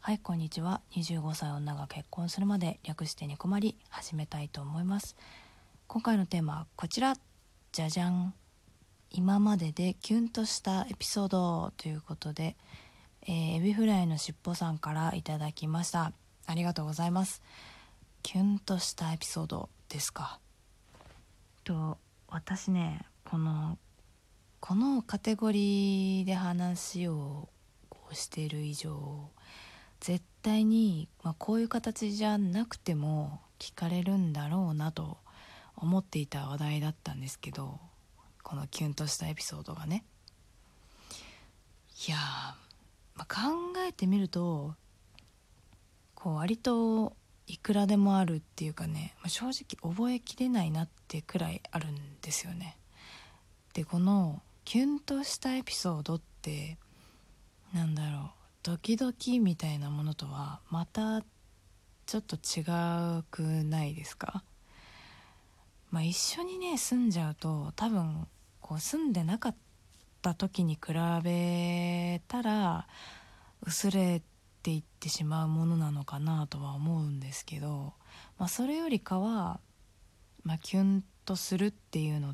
はい、こんにちは。25歳女が結婚するまで略してニコマリ始めたいと思います。今回のテーマはこちら。じゃじゃん。今まででキュンとしたエピソードということで、エビフライのしっぽさんからいただきました。ありがとうございます。キュンとしたエピソードですか。私ね、このカテゴリーで話をしている以上、絶対に、こういう形じゃなくても聞かれるんだろうなと思っていた話題だったんですけど、このキュンとしたエピソードがね、いや考えてみると割といくらでもあるっていうかね、正直覚えきれないなってくらいあるんですよね。で、このキュンとしたエピソードってなんだろう、ドキドキみたいなものとはまたちょっと違くないですか？一緒にね住んじゃうと多分住んでなかった時に比べたら薄れていってしまうものなのかなとは思うんですけど、それよりかは、キュンとするっていうのって、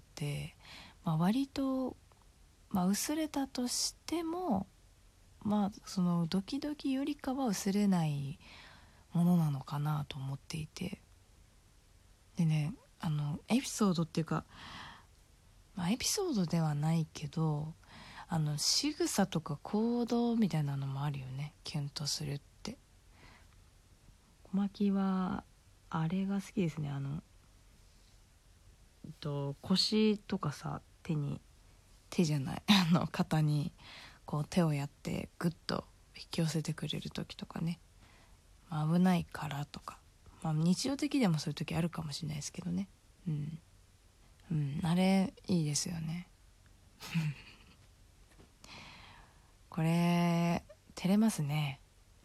割と、薄れたとしてもそのドキドキよりかは薄れないものなのかなと思っていて、でね、エピソードっていうか、エピソードではないけど仕草とか行動みたいなのもあるよね、キュンとするって。小牧はあれが好きですね。腰とかさ、手じゃない肩に手をやってグッと引き寄せてくれる時とかね、危ないからとか、日常的でもそういう時あるかもしれないですけどね。あれいいですよね。これ照れますね。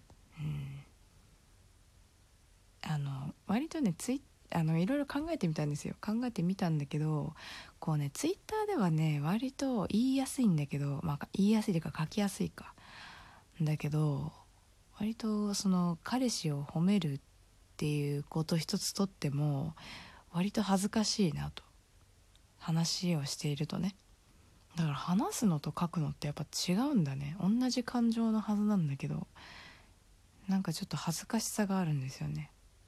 割とねいろいろ考えてみたんですよ。考えてみたんだけど、ツイッターではね割と言いやすいんだけど、言いやすいというか書きやすいかだけど、割とその彼氏を褒めるっていうこと一つとっても割と恥ずかしいなと、話をしているとね。だから話すのと書くのってやっぱ違うんだね。同じ感情のはずなんだけど、なんかちょっと恥ずかしさがあるんですよね。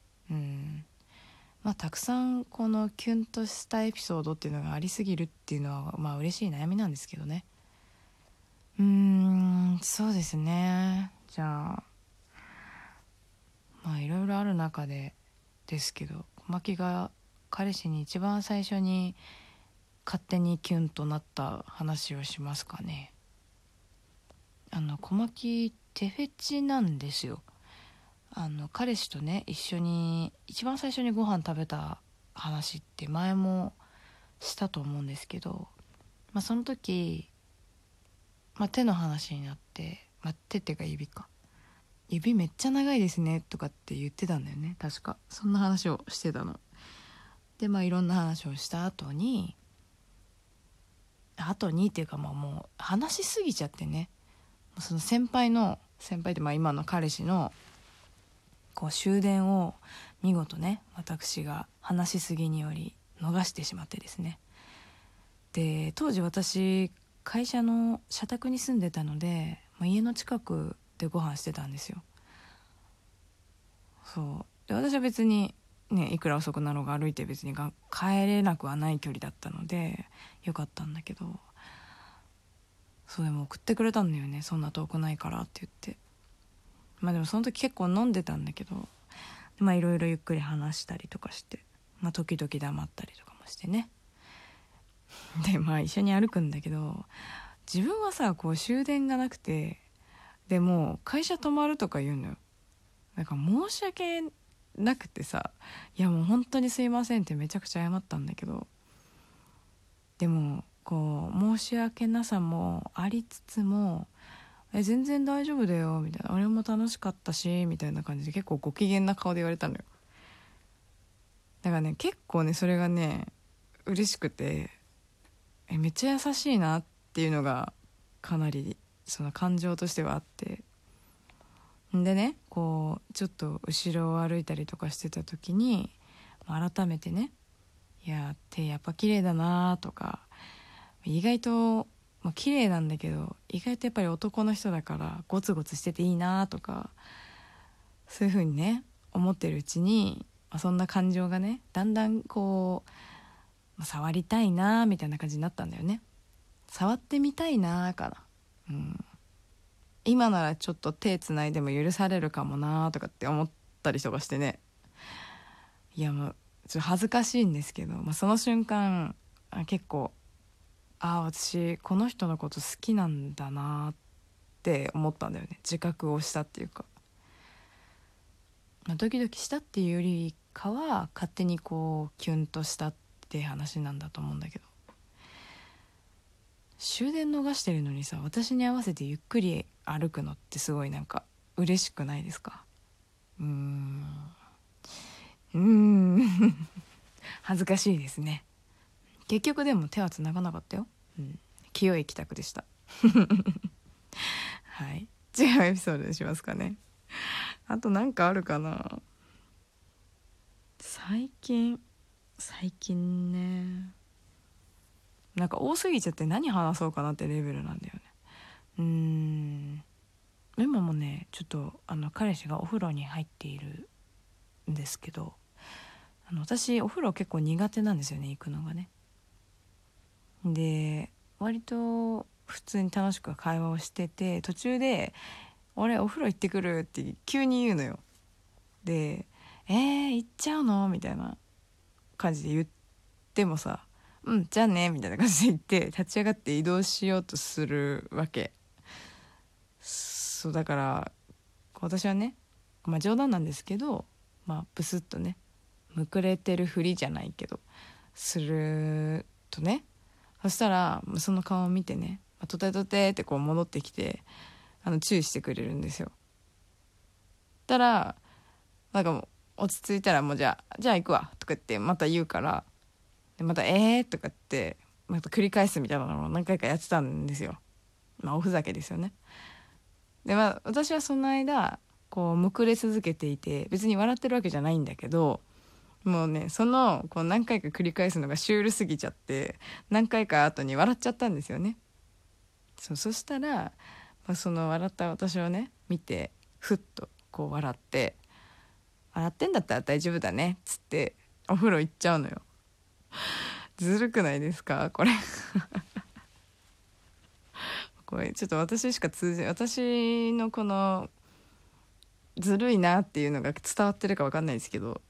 たくさんこのキュンとしたエピソードっていうのがありすぎるっていうのは嬉しい悩みなんですけどね。そうですね。じゃあいろいろある中ですけど、小牧が彼氏に一番最初に勝手にキュンとなった話をしますかね。小牧手フェチなんですよ。彼氏とね一緒に一番最初にご飯食べた話って前もしたと思うんですけど、その時、手の話になって、手っていうか指めっちゃ長いですねとかって言ってたんだよね。確かそんな話をしてたので、いろんな話をした後にっていうか、もう話しすぎちゃってね、その先輩って今の彼氏の終電を見事ね私が話しすぎにより逃してしまってですね。で、当時私会社の社宅に住んでたので、家の近くでご飯してたんですよ。そうで、私は別にね、いくら遅くなろうが歩いて別に帰れなくはない距離だったのでよかったんだけど、でも送ってくれたんだよね、そんな遠くないからって言って。でもその時結構飲んでたんだけど、いろいろゆっくり話したりとかして、時々黙ったりとかもしてね。で一緒に歩くんだけど、自分はさ終電がなくて、でもう会社泊まるとか言うのよ。だから申し訳なくてさ、いやもう本当にすいませんってめちゃくちゃ謝ったんだけど、でも申し訳なさもありつつも、全然大丈夫だよみたいな、俺も楽しかったしみたいな感じで結構ご機嫌な顔で言われたのよ。だからね、結構ねそれがね嬉しくて、めっちゃ優しいなっていうのがかなりその感情としてはあって。でね、 こうちょっと後ろを歩いたりとかしてた時に改めてね、いや手やっぱ綺麗だなとか、意外と、綺麗なんだけど意外とやっぱり男の人だからゴツゴツしてていいなとか、そういう風にね思ってるうちに、そんな感情がねだんだんこう触りたいなみたいな感じになったんだよね。触ってみたいなかな、今ならちょっと手つないでも許されるかもなとかって思ったりとかしてね。いやもうちょっと恥ずかしいんですけど、その瞬間結構私この人のこと好きなんだなって思ったんだよね。自覚をしたっていうか、ドキドキしたっていうよりかは勝手にこうキュンとしたって話なんだと思うんだけど、終電逃してるのにさ、私に合わせてゆっくり歩くのってすごいなんか嬉しくないですか？恥ずかしいですね。結局でも手は繋がなかったよ。清い帰宅でした。はい、違うエピソードにしますかね。あとなんかあるかな。最近ね、なんか多すぎちゃって何話そうかなってレベルなんだよね。今もねちょっと彼氏がお風呂に入っているんですけど、私お風呂結構苦手なんですよね、行くのがね。で割と普通に楽しく会話をしてて、途中で俺お風呂行ってくるって急に言うのよ。で行っちゃうのみたいな感じで言ってもさ、じゃあねみたいな感じで言って立ち上がって移動しようとするわけ。そうだから私はね、冗談なんですけど、ブスッとねむくれてるふりじゃないけどするとね、そしたらその顔を見てね、とてとてってこう戻ってきて注意してくれるんですよ。たらなんかもう落ち着いたらもうじゃあ行くわとか言ってまた言うから、でまたとかってまた繰り返すみたいなのを何回かやってたんですよ。おふざけですよね。で私はその間こうむくれ続けていて別に笑ってるわけじゃないんだけど、もうねそのこう何回か繰り返すのがシュールすぎちゃって何回か後に笑っちゃったんですよね。そしたら、その笑った私をね見てふっとこう笑って「笑ってんだったら大丈夫だね」っつってお風呂行っちゃうのよ。ずるくないですかこれ。これちょっと私のこのずるいなっていうのが伝わってるか分かんないですけど、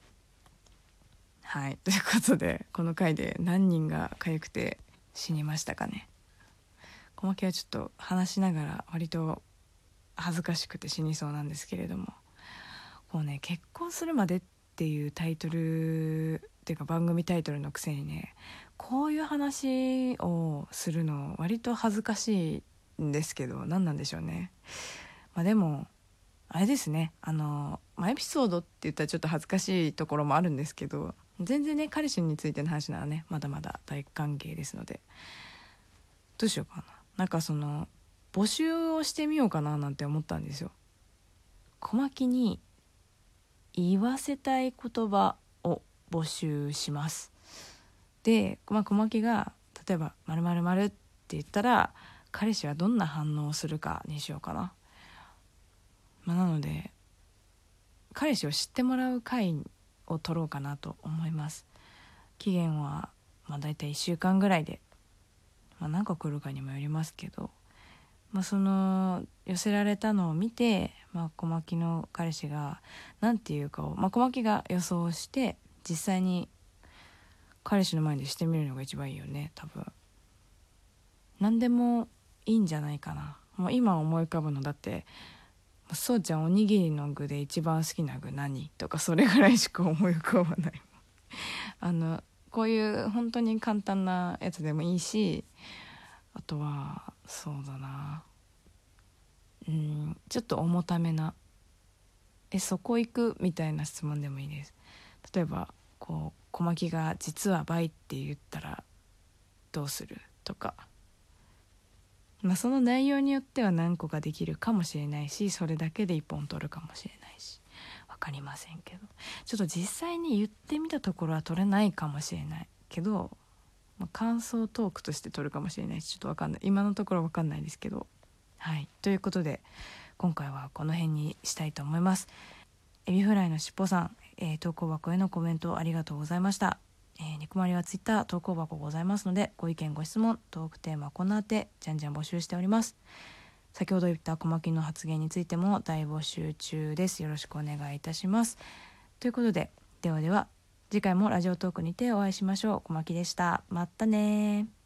はい、ということでこの回で何人が痒くて死にましたかね。小牧はちょっと話しながら割と恥ずかしくて死にそうなんですけれども、こうね結婚するまでっていうタイトルっていうか番組タイトルのくせにね、こういう話をするの割と恥ずかしいんですけど、何なんでしょうね。でもあれですね、エピソードって言ったらちょっと恥ずかしいところもあるんですけど、全然ね彼氏についての話ならねまだまだ大歓迎ですので、どうしようかな、なんかその募集をしてみようかななんて思ったんですよ。小牧に言わせたい言葉を募集します。で、小牧が例えば〇〇〇って言ったら彼氏はどんな反応をするかにしようかな。なので彼氏を知ってもらう回を取ろうかなと思います。期限はだいたい1週間ぐらいで、何個来るかにもよりますけど、その寄せられたのを見て、小牧の彼氏が何て言うかを、小牧が予想して実際に彼氏の前でしてみるのが一番いいよね。多分何でもいいんじゃないかな。もう今思い浮かぶのだってそうちゃんおにぎりの具で一番好きな具何とかそれぐらいしか思い浮かばないこういう本当に簡単なやつでもいいし、あとはそうだな、ちょっと重ためなそこ行くみたいな質問でもいいです。例えばこう小牧が実はバイって言ったらどうするとか、 その内容によっては何個かできるかもしれないし、それだけで1本取るかもしれないし、分かりませんけど、ちょっと実際に言ってみたところは取れないかもしれないけど、感想トークとして取るかもしれないし、ちょっと分かんない、今のところ分かんないですけど、はい、ということで今回はこの辺にしたいと思います。エビフライのしっぽさん、投稿箱へのコメントありがとうございました。肉まりはツイッター投稿箱ございますので、ご意見ご質問トークテーマこのあてじゃんじゃん募集しております。先ほど言った小牧の発言についても大募集中です。よろしくお願いいたします。ということで、ではでは次回もラジオトークにてお会いしましょう。小牧でした。またね。